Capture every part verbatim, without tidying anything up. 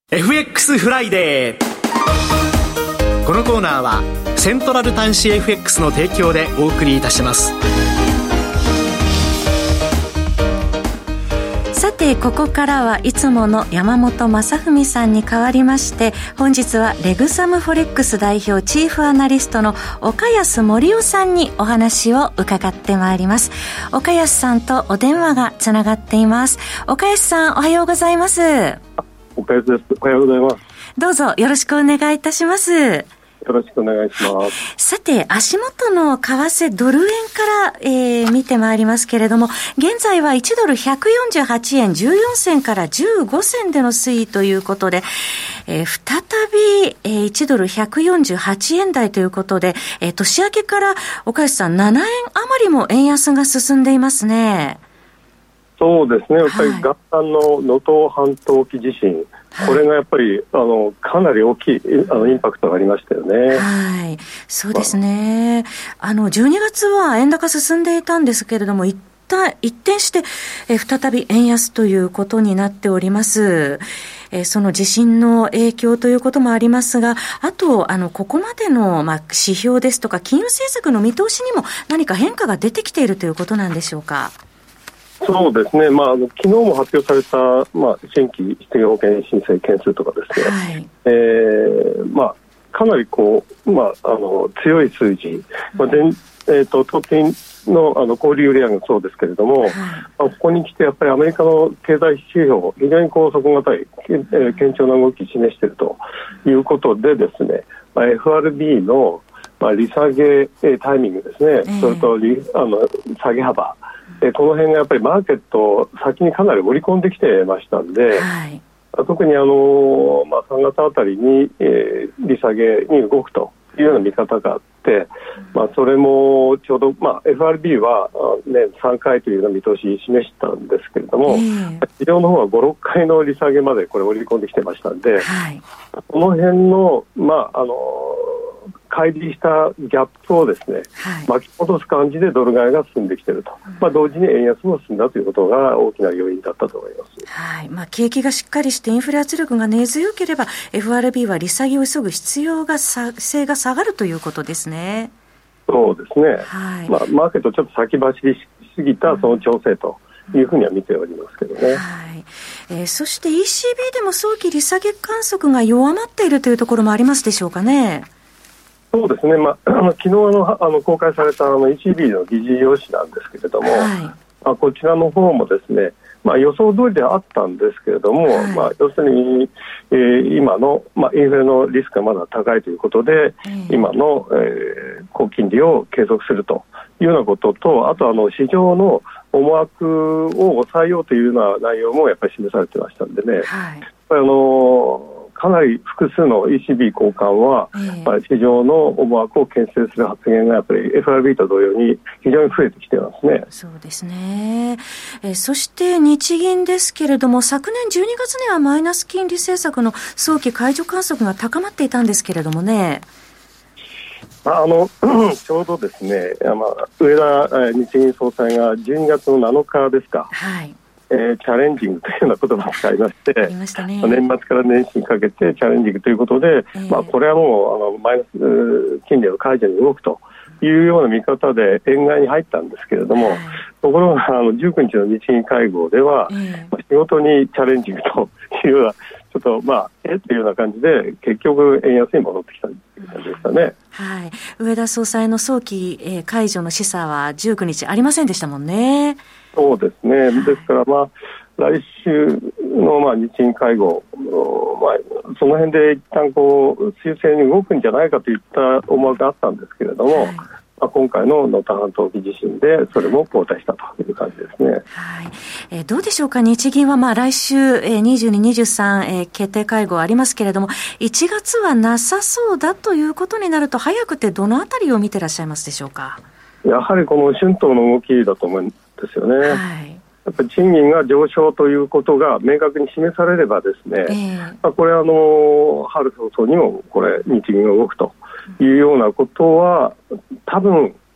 エフエックス フライデー。このコーナーはセントラル端子 エフエックス の提供でお送りいたします。 さて、ここからはいつもの山本正文さんに代わりまして、本日はレグサムフォレックス代表チーフアナリストの岡安森夫さんにお話を伺ってまいります。岡安さんとお電話がつながっています。岡安さん、おはようございます。 岡安です。おはようございます。 どうぞよろしくお願いいたします。 よろしくお願いします。 さて、足元の為替ドル円から、えー、見てまいりますけれども、現在はいちドルひゃくよんじゅうはちえんじゅうよんせんからじゅうごせんでの推移ということで、えー、再び、えー、いちドルひゃくよんじゅうはちえん台ということで、えー、年明けから岡安さんななえん余りも円安が進んでいますね。 そうですね、やっぱり元旦の能登半島沖地震、はい、これがやっぱりあのかなり大きいあのインパクトがありましたよね。 はい、そうですね。あのじゅうにがつは円高進んでいたんですけれども、一旦一転してえ再び円安ということになっております。えその地震の影響ということもありますが、あとあのここまでの、まあ、指標ですとか金融政策の見通しにも何か変化が出てきているということなんでしょうか。 そうですね、まあ、あの昨日も発表された、まあ、新規失業保険申請件数とかですね、はい、えーまあ、かなりこう、まあ、あの強い数字、まあでえー、と当金 の, あの小売売上がそうですけれども、はい、まあ、ここに来てやっぱりアメリカの経済指標非常にこう底堅い、えー、堅調な動きを示しているということでですね、まあ、エフアールビー の、まあ、利下げ、えー、タイミングですね、えー、それと利あの下げ幅、えー、この辺がやっぱりマーケットを先にかなり織り込んできてましたんで、はい、特にあの、まあ、さんがつあたりに、えー、利下げに動くというような見方があって、まあ、それもちょうど、まあ、エフアールビー は年さんかいというような見通しを示したんですけれども、えー、市場の方はご、ろっかいの利下げまでこれ織り込んできてましたんで、はい、この辺の、まあ、あの乖離したギャップをですね、はい、巻き戻す感じでドル買いが進んできていると、うん、まあ、同時に円安も進んだということが大きな要因だったと思います。 はい、まあ、景気がしっかりしてインフレ圧力が根強ければ エフアールビー は利下げを急ぐ必要が性が下がるということですね。 そうですね、 はい、 まあ、マーケットちょっと先走りしすぎたその調整というふうには見ておりますけどね、 はい、えー、そして イーシービー でも早期利下げ観測が弱まっているというところもありますでしょうかね。 そうですね、まあ、あの昨日のあの公開されたあの イーシービー の議事要旨なんですけれども、はい、まあ、こちらの方もですね、まあ、予想通りではあったんですけれども、はい、まあ、要するに、えー、今の、まあ、インフレのリスクがまだ高いということで、えー、今の、えー、高金利を継続するというようなことと、あとあの市場の思惑を抑えようというような内容もやっぱり示されてましたんでね、はい、やっぱりあのーかなり複数の イーシービー 高官は、えー、まあ、市場の思惑を牽制する発言がやっぱり エフアールビー と同様に非常に増えてきてますね。 そうですね、えー、そして日銀ですけれども、昨年じゅうにがつにはマイナス金利政策の早期解除観測が高まっていたんですけれどもね、 あのちょうどですね、まあ、上田日銀総裁がじゅうにがつのなのかですか、はい、えー、チャレンジングというような言葉を使いまして、ましたね、年末から年始にかけてチャレンジングということで、えーまあ、これはもうあのマイナス金利の解除に動くというような見方で円買いに入ったんですけれども、はい、ところがあのじゅうくにちの日銀会合では、えーまあ、仕事にチャレンジングというようなちょっとまあえというような感じで結局円安に戻ってきたという感じでしたね。 はい、上田総裁の早期、えー、解除の示唆はじゅうくにちありませんでしたもんね。 そうですね、ですから、まあ、来週のまあ日銀会合、まあ、その辺で一旦こう修正に動くんじゃないかといった思惑があったんですけれども、はい、まあ、今回の能登半島沖地震でそれも後退したという感じですね。 はい、えー、どうでしょうか。日銀はまあ来週、えー、にじゅうに、にじゅうさん、えー、決定会合ありますけれども、いちがつはなさそうだということになると、早くてどのあたりを見てらっしゃいますでしょうか。やはりこの春闘の動きだと思うんですよね。はい、やっぱり賃金が上昇ということが明確に示されればですね、えーまあ、これはあの春早々にもこれ日銀が動くというようなことは多分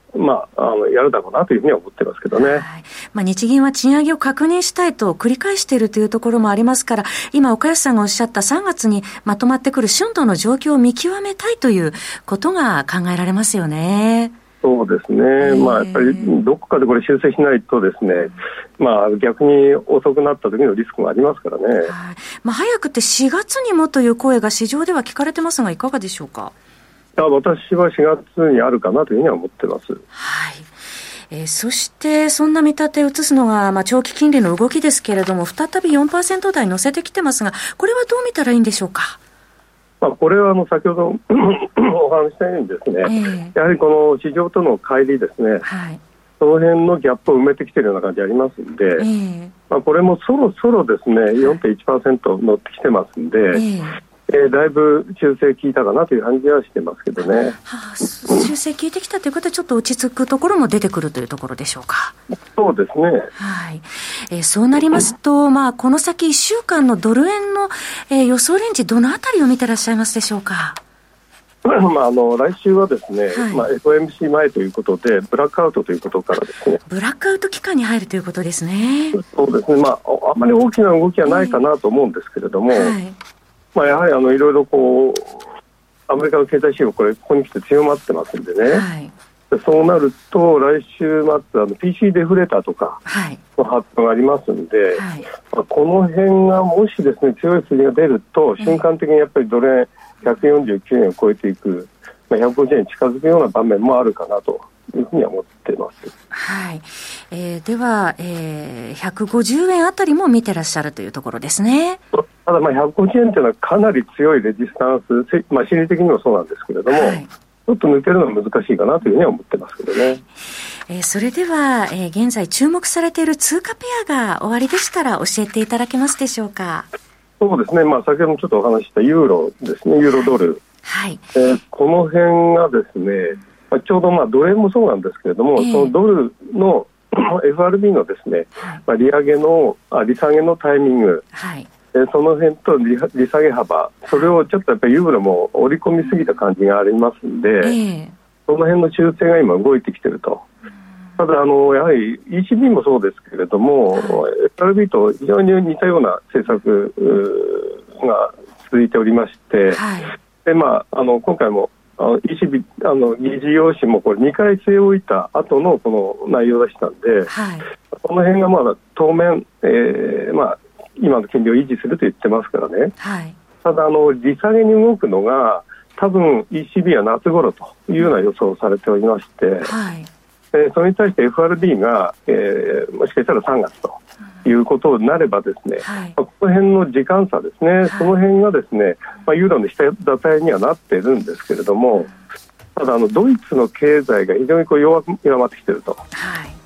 まあ、あのやるだろうなというふうには思ってますけどね。はい、 まあ、日銀は賃上げを確認したいと繰り返しているというところもありますから、今岡安さんがおっしゃったさんがつにまとまってくる春闘の状況を見極めたいということが考えられますよね。 そうですね、えーまあ、やっぱりどこかでこれ修正しないとですね、まあ、逆に遅くなった時のリスクもありますからね。はい、 まあ、早くてしがつにもという声が市場では聞かれてますが、いかがでしょうか。 私はしがつにあるかなというふうには思ってます。 はい、えー、そしてそんな見立てを移すのが、まあ、長期金利の動きですけれども、再び よんパーセント 台乗せてきてますが、これはどう見たらいいんでしょうか。 まあ、これはあの先ほどお話したようにですね、えー、やはりこの市場との乖離ですね、はい、その辺のギャップを埋めてきているような感じありますので、えーまあ、これもそろそろですね よんてんいちパーセント 乗ってきてますんで、えーえー、だいぶ修正効いたかなという感じはしてますけどね。 はあ、修正効いてきたということはちょっと落ち着くところも出てくるというところでしょうか。 そうですね。 はい、えー、そうなりますと、まあ、この先いっしゅうかんのドル円の、えー、予想レンジどのあたりを見てらっしゃいますでしょうか。 まあ、あの来週はですね、はい、まあ、エフオーエムシー 前ということでブラックアウトということからですね、 ブラックアウト期間に入るということですね。 そうですね、まあ、あんまり大きな動きはないかなと思うんですけれども、えーはいまあ、やはりあのいろいろこうアメリカの経済指標これここに来て強まってますんでね、はい、でそうなると来週末あの ピーシー デフレーターとかの発表がありますんで、はいまあ、この辺がもしですね強い数字が出ると瞬間的にやっぱりドル円ひゃくよんじゅうきゅうえんを超えていく、まあ、ひゃくごじゅうえんに近づくような場面もあるかなというふうには思っています。 はい、えー、では、えー、ひゃくごじゅうえんあたりも見てらっしゃるというところですね。 ただまあひゃくごじゅうえんというのはかなり強いレジスタンス、まあ、心理的にもそうなんですけれども、はい、ちょっと抜けるのは難しいかなというふうには思ってますけどね。 えー、それでは、えー、現在注目されている通貨ペアが終わりでしたら教えていただけますでしょうか。 そうですね、まあ、先ほどもちょっとお話ししたユーロですね、ユーロドル、はいえー、この辺がですね、まあ、ちょうどまあドル円もそうなんですけれども、えー、そのドルのエフアールビー のですね、はいまあ、利上げのあ利下げのタイミング、はいえー、その辺と 利, 利下げ幅、それをちょっとやっぱりユーロも織り込みすぎた感じがありますんで、えー、その辺の修正が今動いてきていると。ただあのやはり イーシービー もそうですけれども、はい、エフアールビー と非常に似たような政策が続いておりまして、はいでまあ、あの今回もあの イーシービー あの議事要旨もこれにかい据え置いた後のこの内容でしたんで、はい、この辺がまだ当面、えーまあ、今の金利を維持すると言ってますからね、はい、ただあの利下げに動くのが多分 イーシービー は夏頃というような予想をされておりまして、はいえー、それに対して エフアールビー が、えー、もしかしたらさんがつということになればですね、はい、この辺の時間差ですね、はい、その辺がですね、まあ、ユーロの下支えにはなっているんですけれども、ただあのドイツの経済が非常にこう 弱, 弱まってきていると、はい、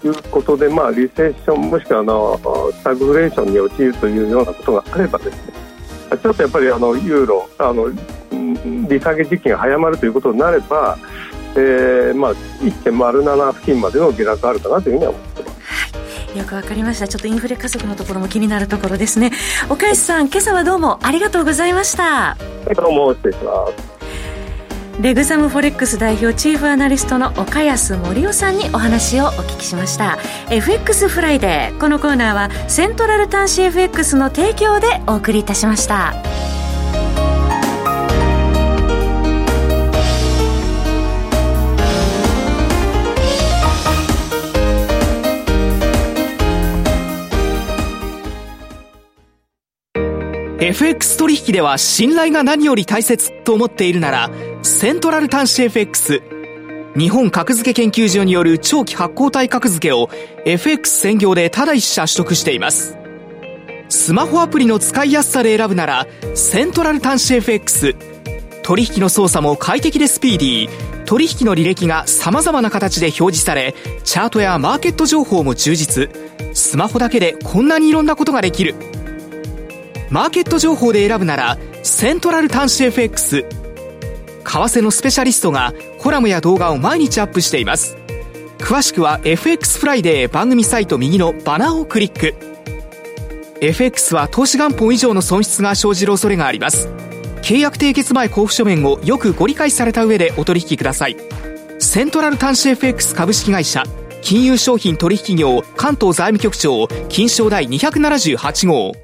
いうことで、まあ、リセッションもしくはあのスタグフレーションに陥るというようなことがあればですね、ちょっとやっぱりあのユーロあの利下げ時期が早まるということになれば、えーまあ、いってんまるなな 付近までの下落があるかなというふうには思っています。 はい、よくわかりました。ちょっとインフレ加速のところも気になるところですね。岡安さん、今朝はどうもありがとうございました。 どうも失礼します。 レグザムフォレックス代表チーフアナリストの岡安盛夫さんにお話をお聞きしました。 エフエックス フライデー、このコーナーはセントラル端子 エフエックス の提供でお送りいたしました。 エフエックス 取引では信頼が何より大切と思っているなら、セントラル端子 エフエックス、 日本格付け研究所による長期発行体格付けを エフエックス 専業でただ一社取得しています。スマホアプリの使いやすさで選ぶならセントラル端子 エフエックス、 取引の操作も快適でスピーディー、取引の履歴が様々な形で表示され、チャートやマーケット情報も充実。スマホだけでこんなにいろんなことができる。マーケット情報で選ぶならセントラル端子 エフエックス、 為替のスペシャリストがコラムや動画を毎日アップしています。詳しくは エフエックス フライデー番組サイト右のバナーをクリック。 エフエックス は投資元本以上の損失が生じる恐れがあります。契約締結前交付書面をよくご理解された上でお取引ください。 セントラル端子 エフエックス 株式会社金融商品取引業関東財務局長金商第にひゃくななじゅうはち号。